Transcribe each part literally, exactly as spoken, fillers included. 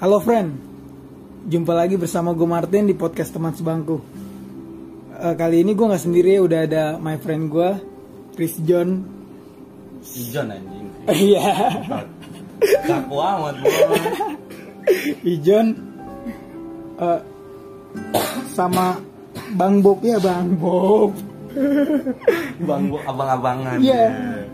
Halo friend, jumpa lagi bersama gue Martin di podcast teman sebangku. uh, Kali ini gue gak sendiri, udah ada my friend gue, Chris John. Ijon anjing. Iya. Kaku amat bro. Ijon uh, sama Bang Bob ya Bang Bob. Bang Bob abang-abangan. Iya.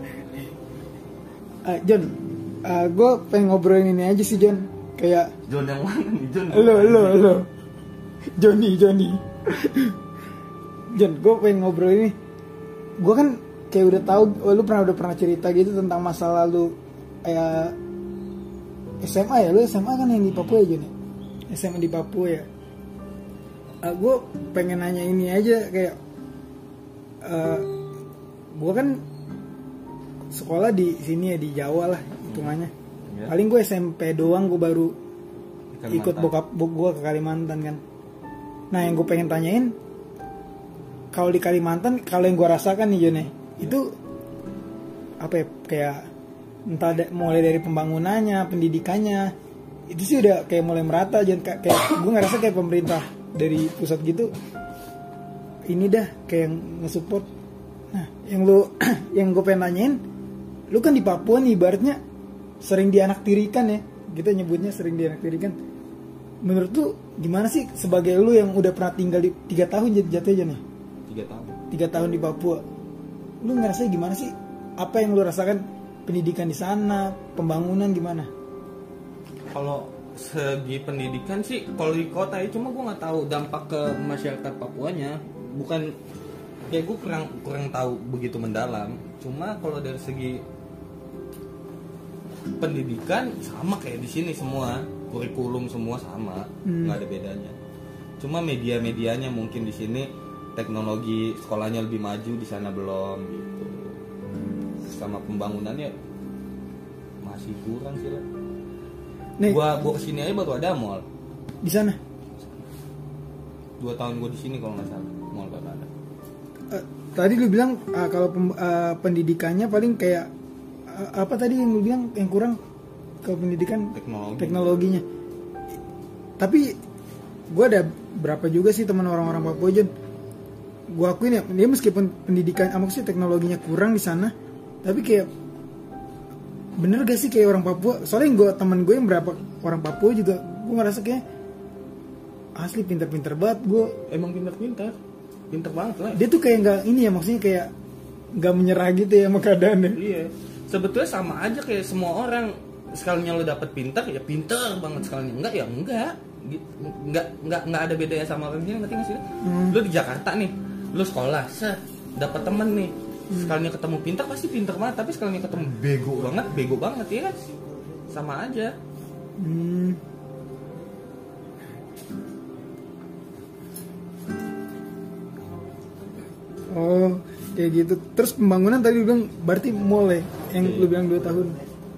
uh, John, uh, gue pengen ngobrolin ini aja sih John. Kayak John yang mana nih John? Lo lo lo Johnny Johnny John, gue pengen ngobrol ini. Gue kan kayak udah tahu, oh, lu pernah udah pernah cerita gitu tentang masa lalu kayak S M A ya, lu S M A kan yang di Papua ya John ya? S M A di Papua ya. Uh, gue pengen nanya ini aja kayak uh, gue kan sekolah di sini ya, di Jawa lah hitungannya. Hmm. Paling gue S M P doang, gue baru ikut bokap gue ke Kalimantan kan. Nah yang gue pengen tanyain, kalau di Kalimantan, kalau yang gue rasakan nih John ya, itu apa ya, kayak entah da- mulai dari pembangunannya, pendidikannya, itu sih udah kayak mulai merata John. Kayak, kayak gue ngerasa kayak pemerintah dari pusat gitu ini dah kayak nge-support. Nah yang lu yang gue pengen tanyain, lu kan di Papua nih ibaratnya sering dianaktirikan ya, kita nyebutnya sering dianaktirikan. Menurut lu gimana sih sebagai lu yang udah pernah tinggal di tiga tahun jatuhnya nih? Tiga tahun. Tiga tahun di Papua. Lu ngerasa gimana sih? Apa yang lu rasakan pendidikan di sana, pembangunan gimana? Kalau segi pendidikan sih, kalau di kota ya, cuma gue nggak tahu dampak ke masyarakat Papuanya. Bukan, kayak gue kurang kurang tahu begitu mendalam. Cuma kalau dari segi pendidikan sama kayak di sini semua, kurikulum semua sama, nggak hmm. ada bedanya. Cuma media-medianya mungkin di sini teknologi sekolahnya lebih maju, di sana belum gitu. Sama pembangunannya masih kurang sih lah. Nih, gua gua kesini aja baru ada mall. Di sana? Dua tahun gua di sini kalau nggak salah, mall baru ada. Uh, tadi lu bilang uh, kalau pem, uh, pendidikannya paling kayak apa tadi yang lu bilang yang kurang ke pendidikan? Teknologi. Teknologinya. Tapi gue ada berapa juga sih teman orang-orang Papua John. Gue akuin ya, dia meskipun pendidikan, ah, maksudnya teknologinya kurang di sana, tapi kayak bener gak sih kayak orang Papua? Soalnya gue teman gue yang berapa orang Papua juga, gue ngerasa kayak asli pinter-pinter banget. Gue emang pinter-pinter, pinter banget lah. Dia tuh kayak nggak ini ya, maksudnya kayak nggak menyerah gitu ya sama keadaannya. Iya. Sebetulnya sama aja kayak semua orang, sekalinya lo dapet pintar ya pintar banget, sekalinya enggak ya enggak, enggak enggak enggak ada bedanya sama orang lain, ngerti nggak sih? Hmm. Lo di Jakarta nih, lo sekolah, set dapat temen nih, hmm. sekalinya ketemu pintar pasti pintar banget, tapi sekalinya ketemu bego banget, bego banget ya kan, sama aja. Hmm. Oh, kayak gitu. Terus pembangunan tadi lu bilang berarti mall ya, yang lu bilang dua tahun.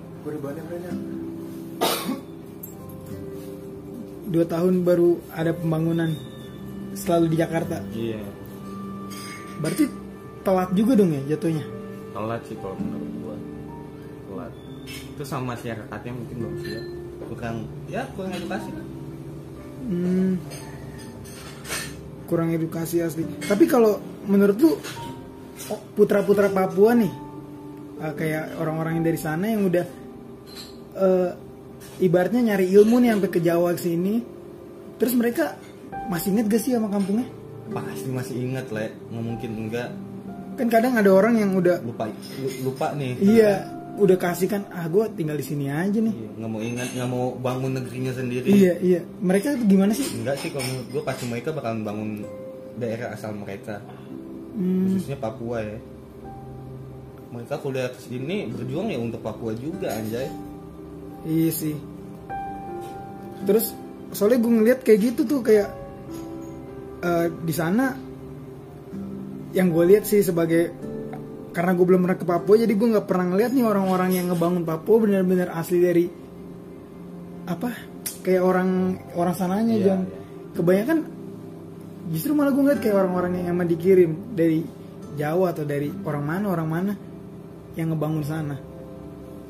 Dua tahun baru ada pembangunan selalu di Jakarta. Iya. Berarti telat juga dong ya jatuhnya? Telat sih kalau menurut gua. Telat. Itu sama masyarakatnya mungkin belum siap. Kurang, ya kurang edukasi kan. Hmm. Kurang edukasi asli. Tapi kalau menurut lu putra-putra Papua nih, uh, kayak orang-orang yang dari sana yang udah uh, ibaratnya nyari ilmu nih sampai ke Jawa sini, terus mereka masih inget gak sih sama kampungnya? Pasti masih inget lah, nggak mungkin enggak. Kan kadang ada orang yang udah lupa lupa nih. Iya, udah kasih kan, ah gue tinggal di sini aja nih. Iya, nggak mau ingat, nggak mau bangun negerinya sendiri. Iya iya, mereka gimana sih? Enggak sih, kalau menurut gue pasti mereka bakalan bangun daerah asal mereka, hmm. khususnya Papua ya. Mereka kuliah kesini berjuang ya untuk Papua juga anjay. Iya sih. Terus soalnya gue ngeliat kayak gitu tuh kayak uh, di sana yang gue lihat sih sebagai, karena gue belum pernah ke Papua jadi gue nggak pernah ngeliat nih orang-orang yang ngebangun Papua benar-benar asli dari apa kayak orang orang sananya yeah, John. Yeah. Kebanyakan justru malah gue ngeliat kayak orang-orang yang emang dikirim dari Jawa atau dari orang mana orang mana yang ngebangun sana.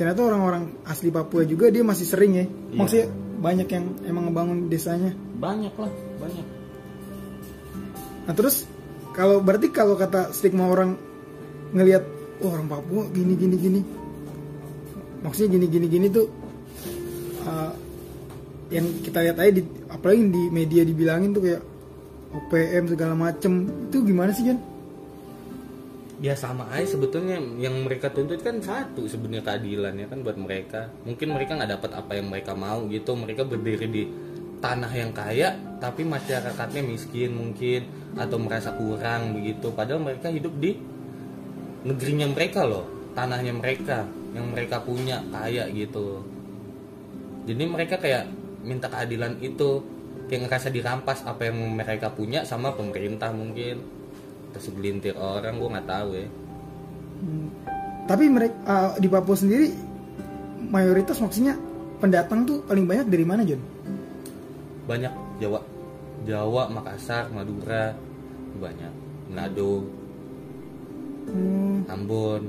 ternyata orang-orang asli Papua juga dia masih sering ya. Iya. Maksudnya banyak yang emang ngebangun desanya. Banyak lah, banyak. Nah terus kalau berarti kalau kata stigma orang ngelihat oh, orang Papua gini gini gini, maksudnya gini gini gini tuh uh, yang kita lihat aja di, apalagi di media dibilangin tuh kayak O P M segala macem, itu gimana sih Jan? Ya sama aja sebetulnya, yang mereka tuntut kan satu sebenarnya, keadilan ya kan buat mereka. Mungkin mereka nggak dapat apa yang mereka mau gitu, mereka berdiri di tanah yang kaya tapi masyarakatnya miskin mungkin atau merasa kurang begitu, padahal mereka hidup di negerinya mereka loh, tanahnya mereka yang mereka punya kaya gitu. Jadi mereka kayak minta keadilan itu, kayak ngerasa dirampas apa yang mereka punya sama pemerintah mungkin, atau segelintir orang, gue nggak tahu ya. Hmm. Tapi mereka uh, di Papua sendiri mayoritas maksudnya pendatang tuh paling banyak dari mana John? Banyak Jawa, Jawa, Makassar, Madura, banyak, Manado, Hmm. Ambon,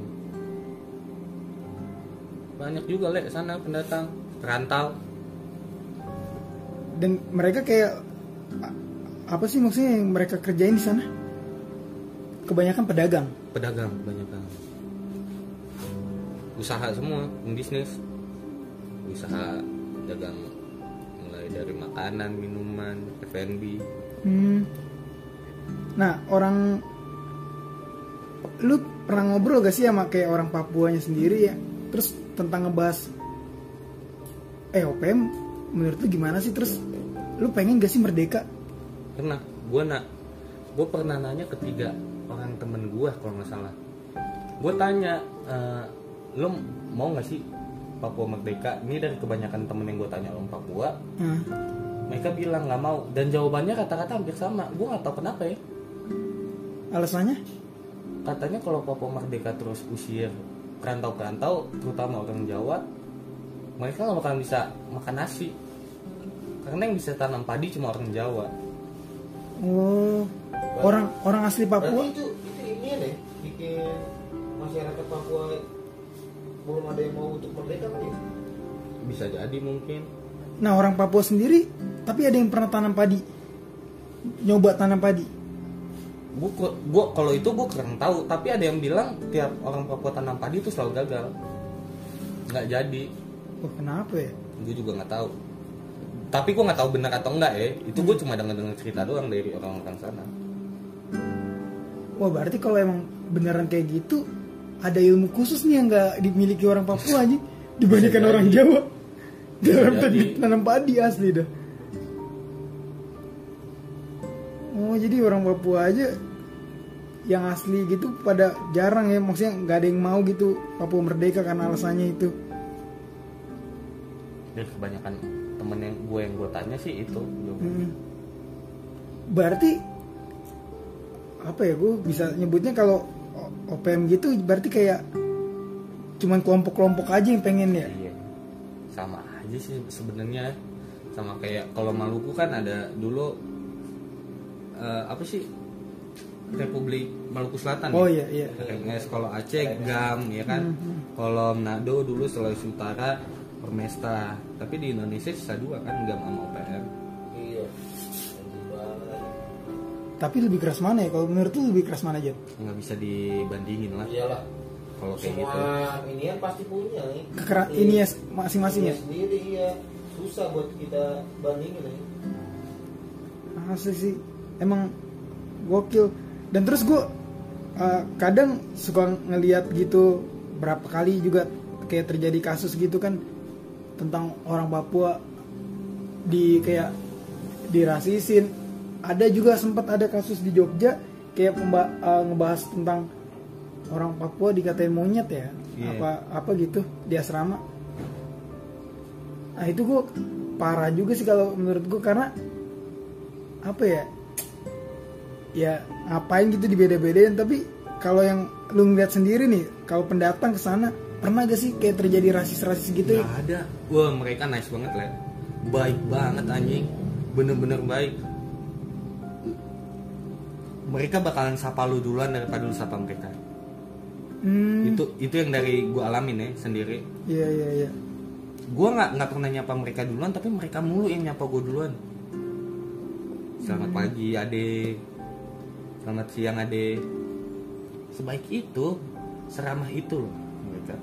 banyak juga le sana pendatang, perantau. Dan mereka kayak apa sih maksudnya yang mereka kerjain di sana? Kebanyakan pedagang. Pedagang banyak kan. Usaha semua, bisnis. Usaha dagang mulai dari makanan, minuman, F and B. Hmm. Nah, orang lu pernah ngobrol gak sih sama kayak orang Papuanya sendiri ya? Terus tentang ngebahas eh O P M menurut lu gimana sih? Terus lu pengen gak sih merdeka? Pernah, gue nak, gue pernah nanya ke tiga orang temen gue kalau nggak salah. Gue tanya, e, lo mau nggak sih Papua merdeka? Ini dari kebanyakan temen yang gue tanya orang Papua, Hmm. mereka bilang nggak mau. Dan jawabannya kata-kata hampir sama. Gue nggak tahu kenapa ya. Alasannya? Katanya kalau Papua merdeka terus usir perantau-perantau, terutama orang Jawa, mereka nggak bakalan bisa makan nasi. Karena yang bisa tanam padi cuma orang Jawa. Oh, orang orang asli Papua. Berarti itu itu ini deh bikin masyarakat Papua belum ada yang mau untuk merdeka kan ya? Bisa jadi mungkin. Nah, orang Papua sendiri tapi ada yang pernah tanam padi. Nyoba tanam padi. Gua, gua kalau itu gua kurang tahu, tapi ada yang bilang tiap orang Papua tanam padi itu selalu gagal, nggak jadi. Oh, kenapa ya? Gue juga nggak tahu. Tapi gua nggak tahu benar atau enggak ya. Itu gua cuma dengar-dengar cerita doang dari orang-orang sana. Wah, berarti kalau emang beneran kayak gitu, ada ilmu khusus nih yang nggak dimiliki orang Papua aja dibandingkan Bisa orang jadi. Jawa dalam Bisa teknik jadi. tanam padi asli dah. Oh, jadi orang Papua aja yang asli gitu pada jarang ya, maksudnya nggak ada yang mau gitu Papua merdeka karena alasannya itu. Dari kebanyakan temen yang gue yang gue tanya sih itu. Hmm. Berarti apa ya, gue bisa nyebutnya kalau O P M gitu berarti kayak cuman kelompok-kelompok aja yang pengen ya. Iya. Sama aja sih sebenarnya. Sama kayak kalau Maluku kan ada dulu uh, apa sih, Republik Maluku Selatan. Oh ya? iya iya. Mhm. Kalau Manado dulu Sulawesi Utara Permesta. Tapi di Indonesia sisa dua kan, G A M sama O P M. Iya. Anjing banget. Tapi lebih keras mana ya? Kalau menurut lu lebih keras mana aja? Nggak bisa dibandingin lah Iyalah. kalau kayak Semua gitu. ini ya pasti punya nih. Kekeras Iya. ini ya masing-masing ya. Punya sendiri iya. Susah buat kita bandingin ya. Asli sih, emang gokil. Dan terus gue uh, kadang suka ngeliat gitu, berapa kali juga kayak terjadi kasus gitu kan tentang orang Papua di kayak dirasisin. Ada juga sempat ada kasus di Jogja kayak pemba- uh, ngebahas tentang orang Papua dikatain monyet ya, Iya. apa apa gitu di asrama. Nah itu gue parah juga sih kalau menurut gue, karena apa ya, ya ngapain gitu dibeda-bedain. Tapi kalau yang lu ngeliat sendiri nih, kalau pendatang ke sana pernah gak sih kayak terjadi rasis-rasis gitu? Nggak ada. Wah, mereka nice banget lah. Baik banget anjing. Bener-bener baik. Mereka bakalan sapa lu duluan daripada lu sapa mereka. Hmm. Itu itu yang dari gue alamin ya sendiri. Iya iya iya. Gue nggak nggak pernah nyapa mereka duluan, tapi mereka mulu yang nyapa gue duluan. Selamat Hmm. pagi adek, selamat siang adek. Sebaik itu, seramah itu loh mereka.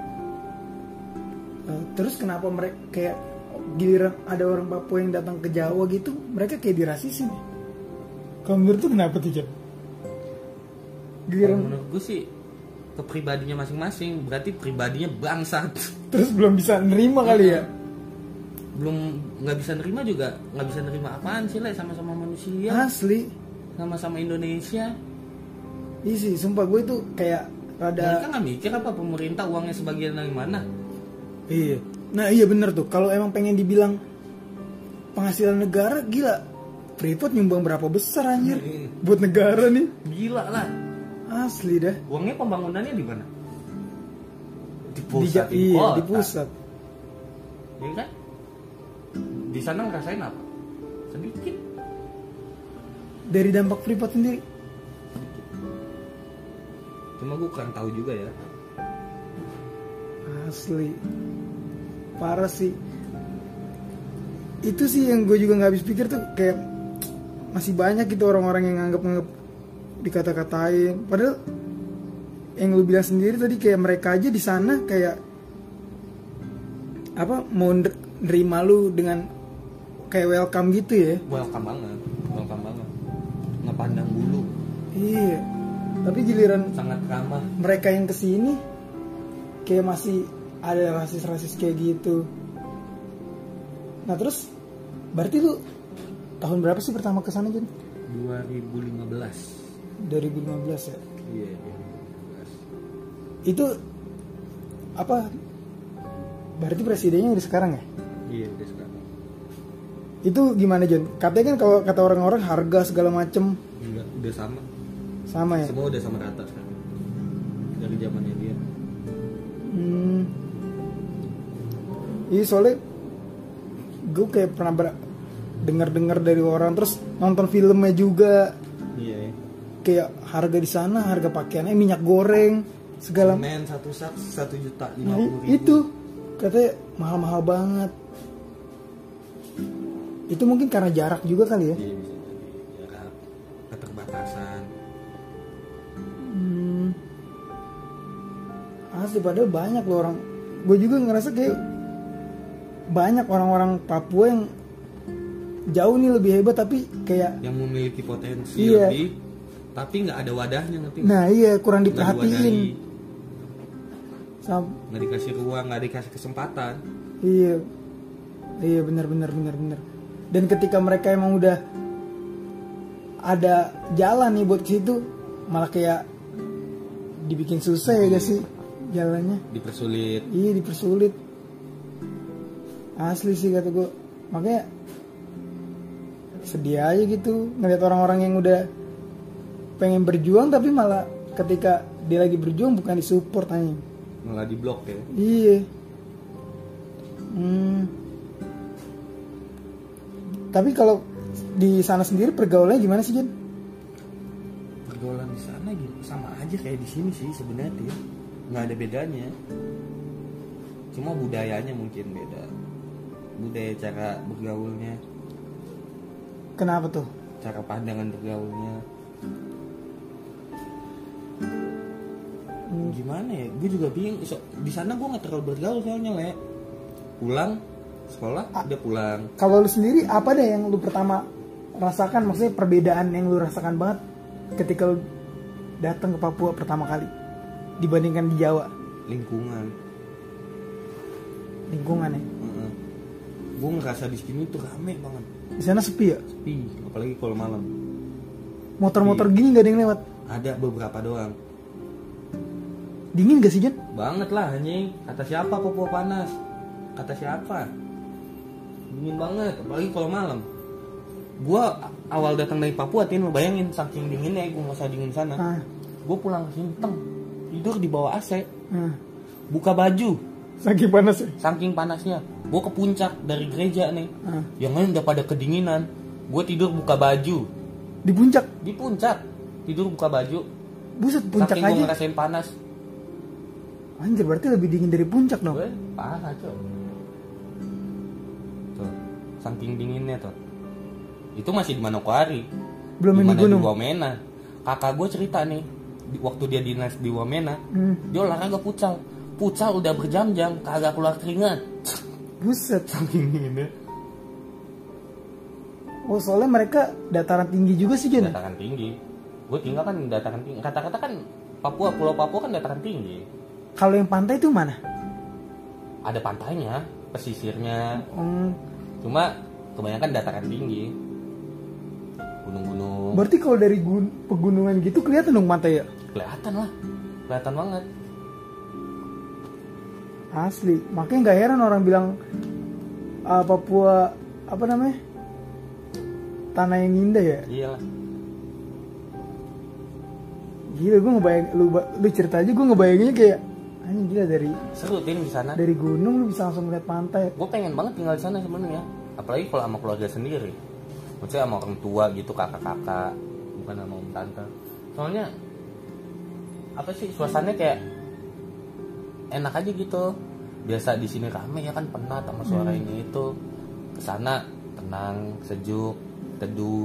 Uh, terus kenapa mereka kayak giliran ada orang Papua yang datang ke Jawa gitu, mereka kayak dirasisin? Kalau menurut tuh kenapa tuh, Jan? Kalau Giliran menurut gue sih kepribadiannya masing-masing, berarti pribadinya bangsat. terus belum bisa nerima kali ya? Belum nggak bisa nerima juga, nggak bisa nerima apaan sih lah, sama-sama manusia, Asli. sama-sama Indonesia. Iya sih, sumpah gue itu kayak Mereka rada. nggak mikir apa pemerintah uangnya sebagian dari mana. Iya. Nah iya bener tuh. Kalau emang pengen dibilang penghasilan negara, gila. Freeport nyumbang berapa besar anjir buat negara nih. Gila lah. Asli dah. Uangnya pembangunannya di mana? Di Di, pusat, ja- iya, kota. di pusat. Iya kan? Di sana ngerasain apa? Sedikit. Dari dampak Freeport sendiri. Cuma gue kurang tahu juga ya. Asli. Parah sih. Itu sih yang gue juga gak habis pikir tuh. Kayak masih banyak gitu orang-orang yang nganggap-nganggap dikata-katain. Padahal yang lu bilang sendiri tadi, kayak mereka aja di sana kayak apa, mau ner- nerima lu dengan kayak welcome gitu ya. Welcome banget, welcome banget. Nggak pandang bulu, Iya. Tapi giliran sangat ramah. mereka yang kesini kayak masih ada rasis-rasis kayak gitu. Nah terus berarti lu tahun berapa sih pertama kesana, Jun? dua ribu lima belas. dua ribu lima belas ya. Iya, dua ribu lima belas. Itu apa? Berarti presidennya udah sekarang ya? Iya, udah sekarang. Itu gimana, Jun? Katanya kan kalau kata orang-orang harga segala macem Enggak, udah sama. sama ya. Semua udah sama rata sekarang. Dari zamannya dia. Hmm. Iya soalnya gue kayak pernah ber- dengar-dengar dari orang, terus nonton filmnya juga, Iya. Ya. kayak harga di sana, harga pakaiannya, minyak goreng segala. Semen satu sak satu juta lima Nah, puluh ribu. itu katanya mahal-mahal banget. Itu mungkin karena jarak juga kali ya. Iya, bisa jadi jarak, keterbatasan. Hmm. Asli padahal banyak loh orang. Gue juga ngerasa kayak banyak orang-orang Papua yang jauh nih lebih hebat, tapi kayak Yang memiliki potensi Iya. lebih, tapi nggak ada wadahnya, ngerti nggak? nah iya kurang Nggak diperhatiin. diwadahi, Sam- nggak dikasih ruang, nggak dikasih kesempatan. iya, iya benar benar benar benar. Dan ketika mereka emang udah ada jalan nih buat ke situ, malah kayak dibikin susah ya gak sih jalannya? Dipersulit. Iya dipersulit. Asli sih kata gue. Makanya sedih aja gitu ngeliat orang-orang yang udah pengen berjuang, tapi malah ketika dia lagi berjuang bukan disupport aja. Malah diblok ya. Iya. Hmm. Tapi kalau di sana sendiri pergaulannya gimana sih, Jen? Pergaulan di sana gitu sama aja kayak di sini sih sebenarnya ya. Nggak ada bedanya. Cuma budayanya mungkin beda. Budaya cara bergaulnya, Kenapa tuh? cara pandangan bergaulnya. Hmm. Gimana ya? Gue juga bingung. So, di sana gue nggak terlalu bergaul soalnya le. Pulang sekolah udah pulang. Kalau lu sendiri apa deh yang lu pertama rasakan, maksudnya perbedaan yang lu rasakan banget ketika lu datang ke Papua pertama kali dibandingkan di Jawa? Lingkungan. Lingkungan ya. Heeh. Gue ngerasa di sini tuh rame banget. Di sana sepi ya? Sepi, apalagi kalau malam. Motor-motor gini gak ada yang lewat? Ada beberapa doang. Dingin gak sih, Jen? Banget lah anjing. Kata siapa Papua panas? Kata siapa? Dingin banget, apalagi kalau malam. Gua awal datang dari Papua, tin lo bayangin saking dinginnya, gue masa dingin sana. Ah. Gue pulang ke sini teng, tidur di bawah A C, Ah. buka baju, Saking panas ya? saking panasnya. Gue ke puncak dari gereja nih, Ah. yang lain udah pada kedinginan. Gue tidur buka baju Di puncak? di puncak, tidur buka baju. Buset, puncak Saking gue aja. ngerasain panas. Anjir, berarti lebih dingin dari puncak dong. Gue parah cok. Tuh, saking dinginnya tuh. Itu masih di Manokwari. Belum ini Gimana gunung. di Wamena. Kakak gue cerita nih, di- waktu dia dinas di Wamena, Hmm. dia olahraga pucal. Pucal udah berjam-jam, kagak keluar keringat. Buset. Saking dinginnya. Oh, soalnya mereka dataran tinggi juga sih, Jon. Dataran tinggi. Gue tinggal kan dataran tinggi. Kata-kata kan Papua, Pulau Papua kan dataran tinggi. Kalau yang pantai itu mana? Ada pantainya, pesisirnya. Hmm. Cuma kebanyakan dataran tinggi. Gunung-gunung. Berarti kalau dari gun- pegunungan gitu kelihatan dong pantai ya? Kelihatan lah. Kelihatan banget. Asli. Makanya nggak heran orang bilang ah, Papua apa namanya? Tanah yang indah ya. Iya lah. Gila, gue ngebayang lu, ba- lu cerita aja gue ngebayanginnya kayak anjing gila, dari Seru tin di sana. dari gunung lu bisa langsung lihat pantai. Gue pengen banget tinggal di sana sebenarnya. Apalagi kalau sama keluarga sendiri. Maksudnya sama orang tua gitu, kakak-kakak, bukan sama om tante. Soalnya apa sih, suasananya kayak enak aja gitu. Biasa di sini rame ya kan, penat sama suara Hmm. ini itu. Kesana tenang, sejuk, teduh.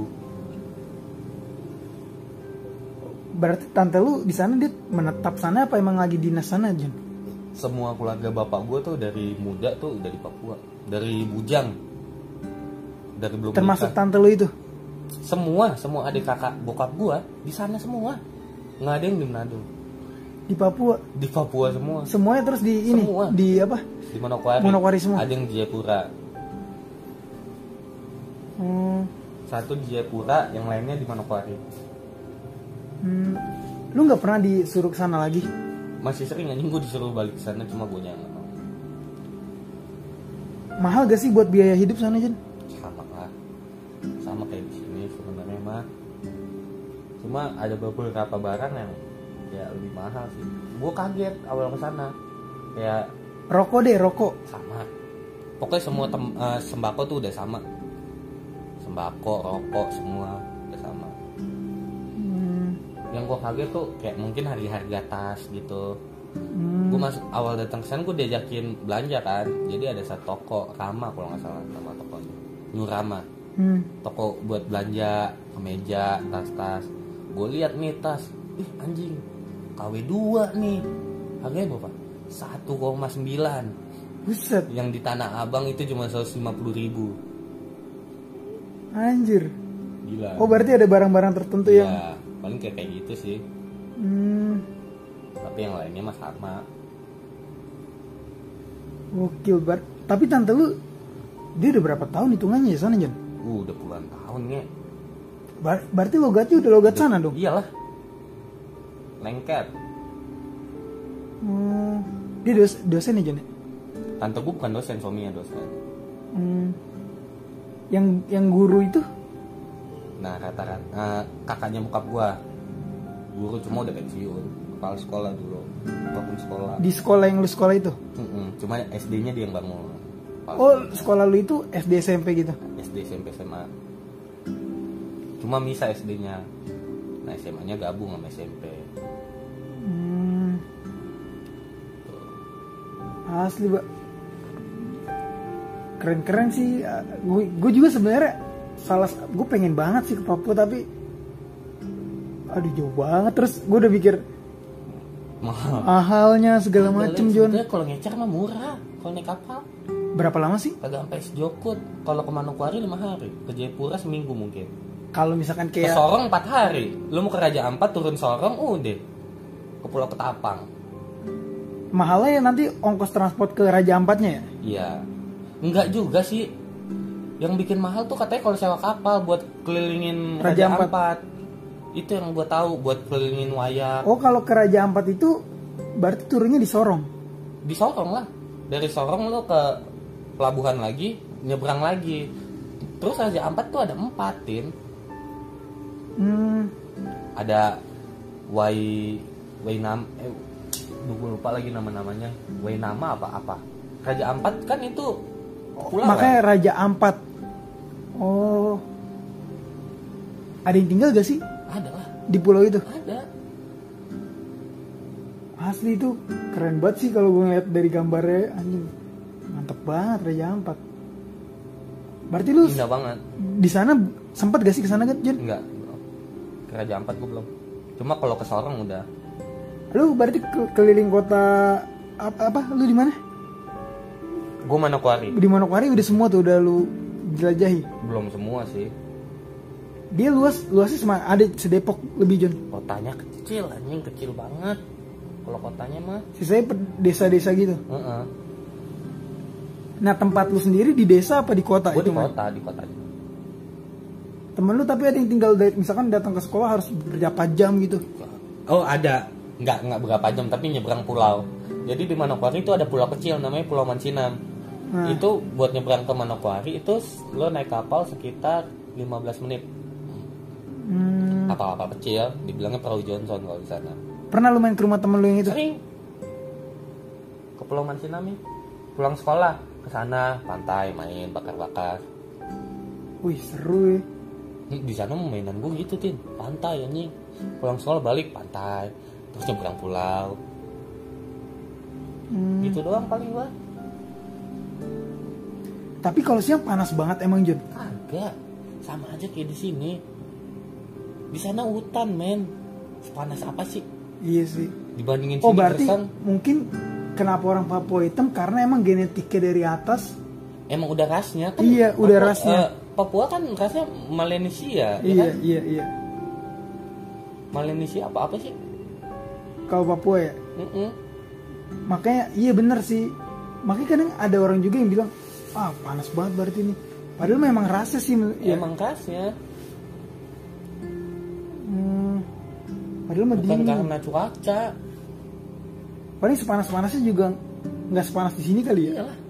Berarti tante lu di sana dia menetap sana apa emang lagi dinas sana, Jon? Semua keluarga bapak gue tuh dari muda tuh udah di Papua, dari bujang, dari belum Termasuk nikah. tante lu itu. Semua, semua adik kakak bokap gue di sana semua, nggak ada yang di Manado, Di Papua. di Papua semua, Semuanya terus di ini Semua. di apa? di Manokwari. Manokwari semua. Ada yang di Jayapura, Hmm. satu di Jayapura, yang lainnya di Manokwari. Hmm. Lu nggak pernah disuruh ke sana lagi? Masih sering anjing gue disuruh balik ke sana, cuma gue nggak mau. Mahal gak sih buat biaya hidup sana, Jon? Sama lah, sama kayak di sini sebenarnya mah. Cuma ada beberapa barang yang ya lebih mahal sih. Gue kaget awal ke sana, kayak Rokok deh, rokok. sama. Pokoknya semua tem- eh, sembako tuh udah sama. Sembako, rokok semua udah sama. Hmm. Yang gue kaget tuh kayak mungkin harga-harga tas gitu. Hmm. Gue masuk awal datang ke sana gue diajakin belanja kan. Jadi ada satu toko Rama kalau nggak salah nama tokonya. Nur Rama. Hmm. Toko buat belanja kemeja, tas-tas. Gue lihat nih tas, ih anjing, K W dua nih. Harganya berapa? satu koma sembilan. Buset, Yang di Tanah Abang itu cuma seratus lima puluh ribu. anjir. Gila. Oh, berarti ada barang-barang tertentu yang Ya, paling kayak kayak gitu sih. hmm, Tapi yang lainnya mah sama. gokil bar. Tapi tante lu dia udah berapa tahun hitungannya ya sana, Jon? Uh, udah puluhan tahun nge. Bar- berarti logatnya udah logat sana dong. Iyalah. Lengket. Hmm, dia dos- dosen ya, Jon? ya? Tante gue bukan dosen, suaminya dosen. Hmm. Yang yang guru itu Nah, rata-rata eh, kakaknya bokap gua. Guru cuma udah pensiun. Kepala sekolah dulu. Apapun sekolah. di sekolah yang lu sekolah itu. Mm-mm, cuma S D-nya dia yang bangun. Kepala Oh, sekolah lu itu S D S M P gitu. S D, S M P, S M A. Cuma misah S D-nya. Nah, S M A-nya gabung sama S M P. Hmm. Asli, Pak. Keren-keren sih. Gue gue juga sebenarnya salah gue pengen banget sih ke Papua, tapi aduh jauh banget. Terus gue udah pikir Mahal. mahalnya segala macem, Jon. Sebenarnya kalau ngecer mah murah. Kalau naik kapal Berapa lama sih? kagak sampai sejokut. Kalau ke Manokwari lima hari, ke Jayapura seminggu mungkin. Kalau misalkan Ke kayak Sorong empat hari. Lu mau ke Raja Ampat turun Sorong udah ke Pulau Ketapang. mahalnya ya nanti ongkos transport ke Raja Ampatnya ya? Iya. Enggak juga sih. Yang bikin mahal tuh katanya kalau sewa kapal buat kelilingin Raja Raja, Ampat. Ampat. Itu yang gua tahu, buat kelilingin Wayak. Oh, kalau ke Raja Ampat itu berarti turunnya di Sorong. Di Sorong lah. Dari Sorong lu ke pelabuhan lagi, nyebrang lagi. Terus Raja Ampat tuh ada empat, Tin. Hmm. Ada Wai Wainam eh gue lupa lagi nama-namanya. Wainama apa apa. Raja Ampat kan itu pulau. Makanya Raja Ampat. Oh. Ada yang tinggal gak sih Ada lah. di pulau itu? Ada. Asli itu keren banget sih kalau gue ngeliat dari gambarnya, anjing mantep banget Raja Ampat. Berarti lu Indah banget. di sana sempat gak sih ke sana kan, Jun? Enggak. Ke Raja Ampat gue belum. Cuma kalau ke Sorong udah. Lu berarti ke- keliling kota apa, apa? Lu di mana? Gue Manokwari. Di Manokwari udah semua tuh udah lu jelajahi. Belum semua sih. Dia luas, luasnya sama ada sedepok lebih, Jun. Kotanya kecil, anjing kecil banget. Kalau kotanya mah. Sisanya pe- desa-desa gitu. Heeh. Nah tempat lu sendiri di desa apa di kota? Gue di Man? kota, di kota. Temen lu tapi ada yang tinggal dari, misalkan datang ke sekolah harus berapa jam gitu. Oh ada, nggak nggak berapa jam tapi nyebrang pulau. Jadi di Manokwari itu ada pulau kecil namanya Pulau Mansinam. Nah. Itu buat nyebrang ke Manokwari itu lo naik kapal sekitar lima belas menit. Hmm, Apa-apa kecil, dibilangnya perahu Johnson kalau di sana. pernah lu main ke rumah temen lu yang itu? Sering. Ke Pulau Mansinam nih. Pulang sekolah ke sana pantai main bakar-bakar. Wih seru ya. Di sana mainan gue gitu tin, pantai anjing. Pulang sekolah balik pantai, terus nyebrang pulau. Hmm, Gitu doang paling gua. Tapi kalau siang panas banget emang, Jun. Kagak, sama aja kayak di sini. Di sana hutan men, sepanas apa sih Iya sih. dibandingin Oh sini berarti gersang. mungkin kenapa orang Papua hitam karena emang genetiknya dari atas. Emang udah rasnya kan? Iya, Papua, udah rasnya. eh, Papua kan rasnya Melanesia, ya Iya kan? iya iya. Melanesia apa apa sih? Kalau Papua ya. Mm-mm. Makanya iya bener sih. Makanya kadang ada orang juga yang bilang, ah panas banget berarti ini. Padahal memang rasa sih. Ya. Emang rasnya, Hmm, padahal mah bukan dingin. karena cuaca. Paling sepanas-panasnya juga nggak sepanas di sini kali ya. Iyalah.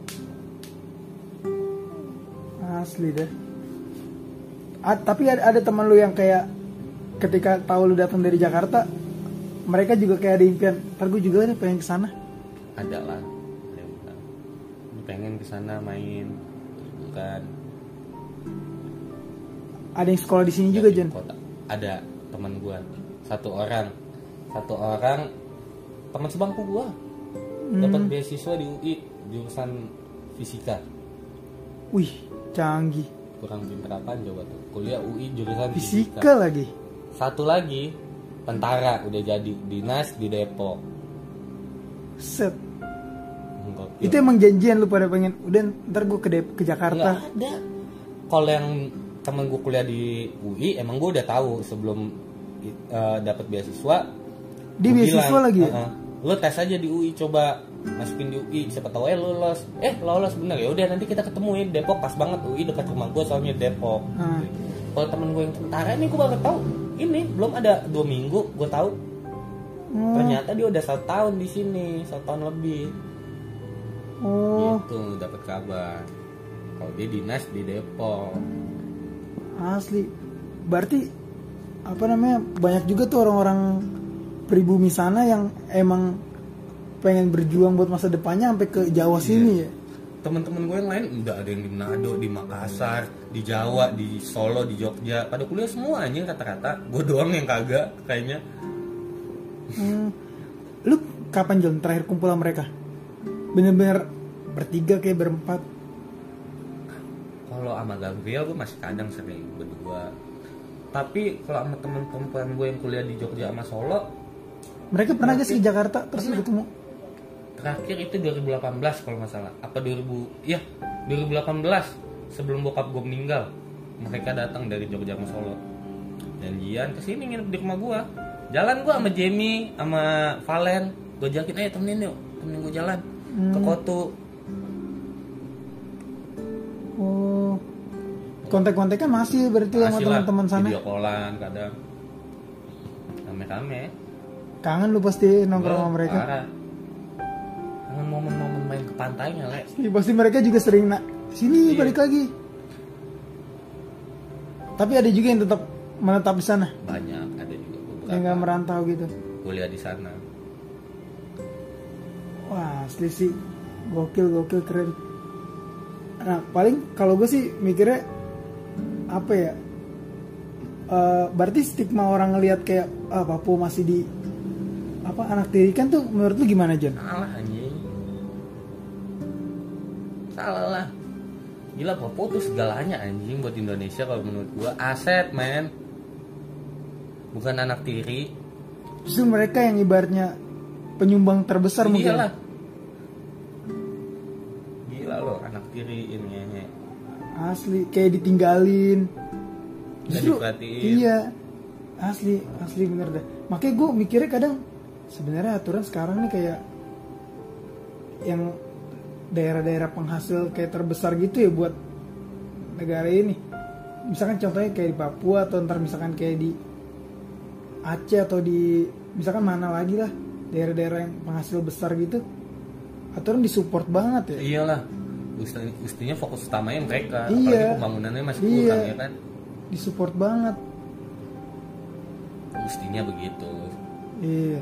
Asli deh. A- tapi ada, ada teman lu yang kayak ketika tahu lu datang dari Jakarta, mereka juga kayak ada impian, ntar gue juga nih pengen kesana. Ada lah. Ada yang bilang, "Lu pengen kesana main, bukan?" Ada yang sekolah di sini juga, Dari Jon. kota. Ada teman gua satu orang satu orang teman sebangku gua Hmm. dapat beasiswa di U I jurusan fisika. Wih, canggih. Kurang pinter apaan coba tuh, kuliah U I jurusan Fisika fisika. lagi. Satu lagi tentara udah jadi dinas di Depok. Set. Enggak, Itu emang janjian lu pada pengen, udah ntar gue ke, Dep- ke nggak Jakarta. ada. Kalau yang temen gue kuliah di U I emang gue udah tahu sebelum uh, dapat beasiswa. Dia Gua beasiswa bilang, lagi ya? "Uh-uh, lo tes aja di U I, coba masukin di U I, siapa tahu ya lo lolos." Eh lolos bener, ya udah nanti kita ketemuin Depok, pas banget U I dekat rumah gue soalnya Depok. Hmm. Kalau temen gue yang tentara ini gue baru tahu, ini belum ada dua minggu gue tahu. Oh, Ternyata dia udah satu tahun di sini, satu tahun lebih. oh, Gitu dapat kabar. Kalau dia dinas di Depok. asli. Berarti apa namanya, banyak juga tuh orang-orang pribumi sana yang emang pengen berjuang buat masa depannya sampai ke Jawa sini ya. Teman-teman gue yang lain udah ada yang di Manado, di Makassar, di Jawa, di Solo, di Jogja, pada kuliah semua anjing rata-rata. Gue doang yang kagak kayaknya. Hmm. Lu kapan Jon terakhir kumpul sama mereka? Bener-bener bertiga kayak berempat? Kalau sama Gabriel gue masih kadang sering berdua. Tapi kalau sama temen perempuan gue yang kuliah di Jogja sama Solo, Mereka pernah gak sih ke Jakarta terus Pernah. ketemu? terakhir itu dua ribu delapan belas kalau nggak salah. Apa dua ribu? Iya, dua ribu delapan belas sebelum bokap gue meninggal. Mereka datang dari Jogja sama Solo. Janjian kesini nginep di rumah gue. Jalan gue sama Jamie, sama Valen. Gue jakin, ayo temenin yuk, temenin gue jalan ke Hmm. Kotu. Oh, kontak-kontaknya masih berarti sama Masih lah, teman-teman sana. video callan kadang. Rame-rame. Kangen lu pasti nongkrong sama mereka. Parah. Kangen momen-momen main ke pantainya, Le. Iya, pasti mereka juga sering nak sini Iya. balik lagi. Tapi ada juga yang tetap menetap di sana, Banyak, ada juga beberapa. yang nggak merantau gitu. Kuliah di sana. Wah, asli sih gokil gokil keren. Nah, paling kalau gue sih mikirnya apa ya? Eh, berarti stigma orang ngelihat kayak ah Papua masih di apa anak tirikan tuh menurut lu gimana John? Salah anjing. Salah lah. Gila Papua tuh segalanya anjing buat Indonesia kalau menurut gua. Aset men. Bukan anak tiri. Justru mereka yang ibaratnya penyumbang terbesar mungkin. Iyalah. Gila loh anak tiri ini. Asli kayak ditinggalin. Nggak Justru diperhatiin. iya. Asli, asli bener deh. Makanya gue mikirnya kadang sebenarnya aturan sekarang nih kayak yang daerah-daerah penghasil kayak terbesar gitu ya buat negara ini. Misalkan contohnya kayak di Papua atau ntar misalkan kayak di Aceh atau di misalkan mana lagi lah daerah-daerah yang penghasil besar gitu, aturan disupport banget ya. Iyalah. Mesti- Mestinya fokus utamanya mereka. Iya. Apalagi pembangunannya masih Iya. kurang ya kan. Disupport banget. Mestinya begitu. Iya.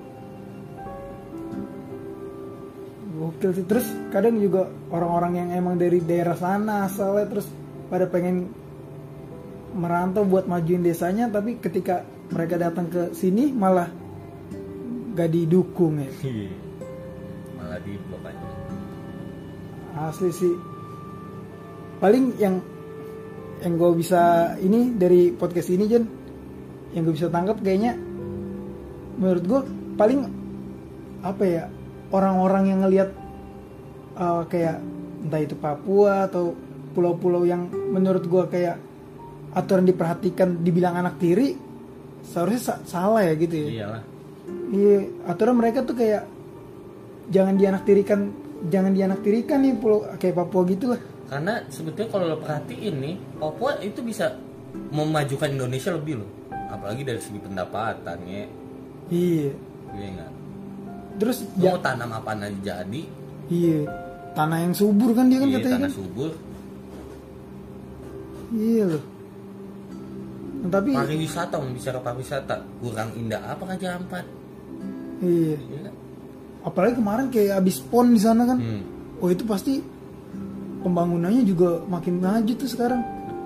Gokil sih. Terus kadang juga orang-orang yang emang dari daerah sana asalnya terus pada pengen merantau buat majuin desanya, tapi ketika mereka datang ke sini malah gak didukung ya. Malah di blok aja. Asli sih. Paling yang yang gue bisa ini dari podcast ini Jen, yang gue bisa tangkap kayaknya menurut gue paling apa ya, orang-orang yang ngelihat uh, kayak entah itu Papua atau pulau-pulau yang menurut gue kayak aturan diperhatikan dibilang anak tiri, seharusnya sa- salah ya gitu ya. Iyalah. Iya, aturan mereka tuh kayak jangan dianaktirikan, jangan dianaktirikan nih pulau kayak Papua gitu lah. Karena sebetulnya kalau lo perhatiin nih, Papua itu bisa memajukan Indonesia lebih loh. Apalagi dari segi pendapatan ya. Iya. Iya enggak? Terus Lo ya, mau tanam apa aja jadi. iya, tanah yang subur kan dia kan Iya, katanya tanah kan. subur. Iya loh. Nah, tapi Pariwisata, mau bicara pariwisata, kurang indah apa Raja Ampat? iya. Iya kan? Apalagi kemarin kayak abis pon di sana kan. Hmm. Oh itu pasti pembangunannya juga makin maju tuh sekarang.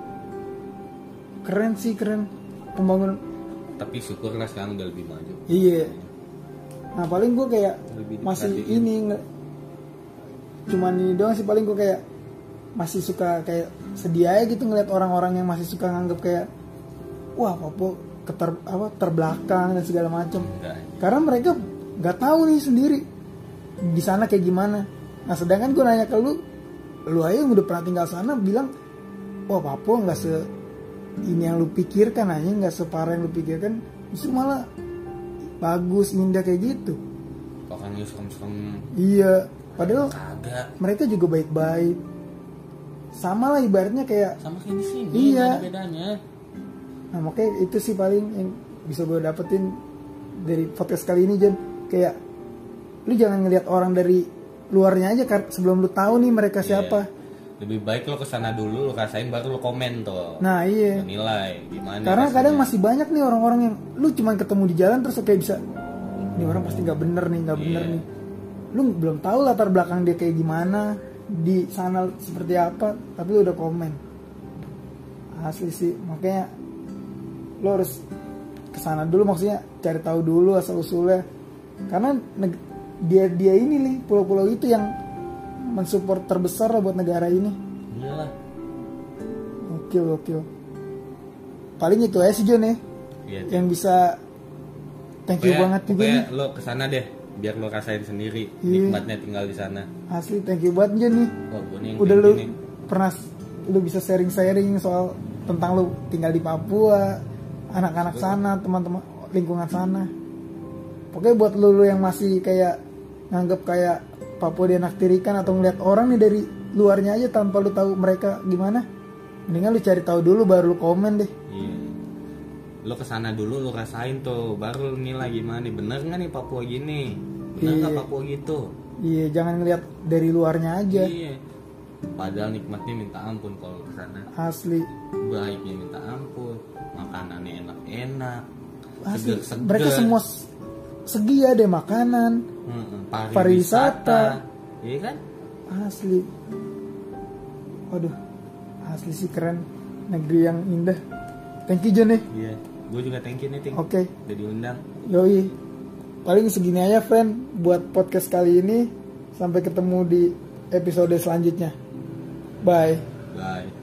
Keren sih, keren pembangunan. Tapi syukurlah sekarang udah lebih maju. Iya. Nah paling gue kayak Lebih masih diperhatiin. ini nge- cuman ini doang sih, paling gue kayak masih suka kayak sedih aja gitu ngeliat orang-orang yang masih suka nganggep kayak wah Papua keter apa terbelakang dan segala macam. Enggak. Karena mereka nggak tahu nih sendiri di sana kayak gimana. Nah sedangkan gue nanya ke lu, lu aja yang udah pernah tinggal sana bilang, wah Papua nggak se ini yang lu pikirkan aja, nggak separah yang lu pikirkan, justru malah bagus, indah kayak gitu. Orangnya serem-serem. Iya, padahal Kagak. mereka juga baik-baik. Sama lah ibaratnya kayak, Sama kayak di sini. Iya. Nggak ada bedanya. nah makanya itu sih paling yang bisa gue dapetin dari podcast kali ini Jen. Kayak lu jangan ngelihat orang dari luarnya aja kar- sebelum lu tahu nih mereka siapa. Iya. Lebih baik lo kesana dulu, lo rasain baru lo komen tuh. Nah iya. Lo nilai gimana. Karena rasanya. kadang masih banyak nih orang-orang yang lu cuman ketemu di jalan terus kayak bisa, ini orang pasti nggak bener nih, nggak bener Iya. nih. Lu belum tahu latar belakang dia kayak gimana, di sana seperti apa, tapi lu udah komen. Asli sih, makanya lu harus kesana dulu, maksudnya cari tahu dulu asal usulnya. Karena neg- dia dia ini nih pulau-pulau itu yang mensupport terbesar lah buat negara ini. Iyalah. Oke oke. Paling itu aja sih John ya. Iya. Yang bisa thank you Pokoknya- banget juga pokoknya nih. lo kesana deh, biar lo rasain sendiri Iya. nikmatnya tinggal di sana. Asli thank you banget John nih. Wah, gue nih yang Udah kayak lu gini. pernah lu bisa sharing-sharing soal tentang lu tinggal di Papua, anak-anak sana, teman-teman lingkungan sana. Pokoknya buat lu, lu yang masih kayak nganggep kayak Papua dianaktirikan atau ngeliat orang nih dari luarnya aja tanpa lu tahu mereka gimana, mendingan lu cari tahu dulu baru lu komen deh. Iya. Lo kesana dulu, lo rasain tuh, baru lo nilai gimana nih, bener nggak nih Papua gini, bener nggak Iya. Papua gitu. Iya, jangan ngeliat dari luarnya aja. Iya. Padahal nikmatnya minta ampun kalau kesana. Asli. Baiknya minta ampun, makanannya enak-enak, Asli. seger-seger. Mereka semua s- segi ya deh, makanan, Mm-mm, pariwisata. pariwisata, iya kan? asli. Waduh, asli sih keren, negeri yang indah. Thank you John nih. Iya, gue juga thank you nih Ting, Oke, udah diundang. yoi. paling segini aja friend buat podcast kali ini. Sampai ketemu di episode selanjutnya. Bye. Bye.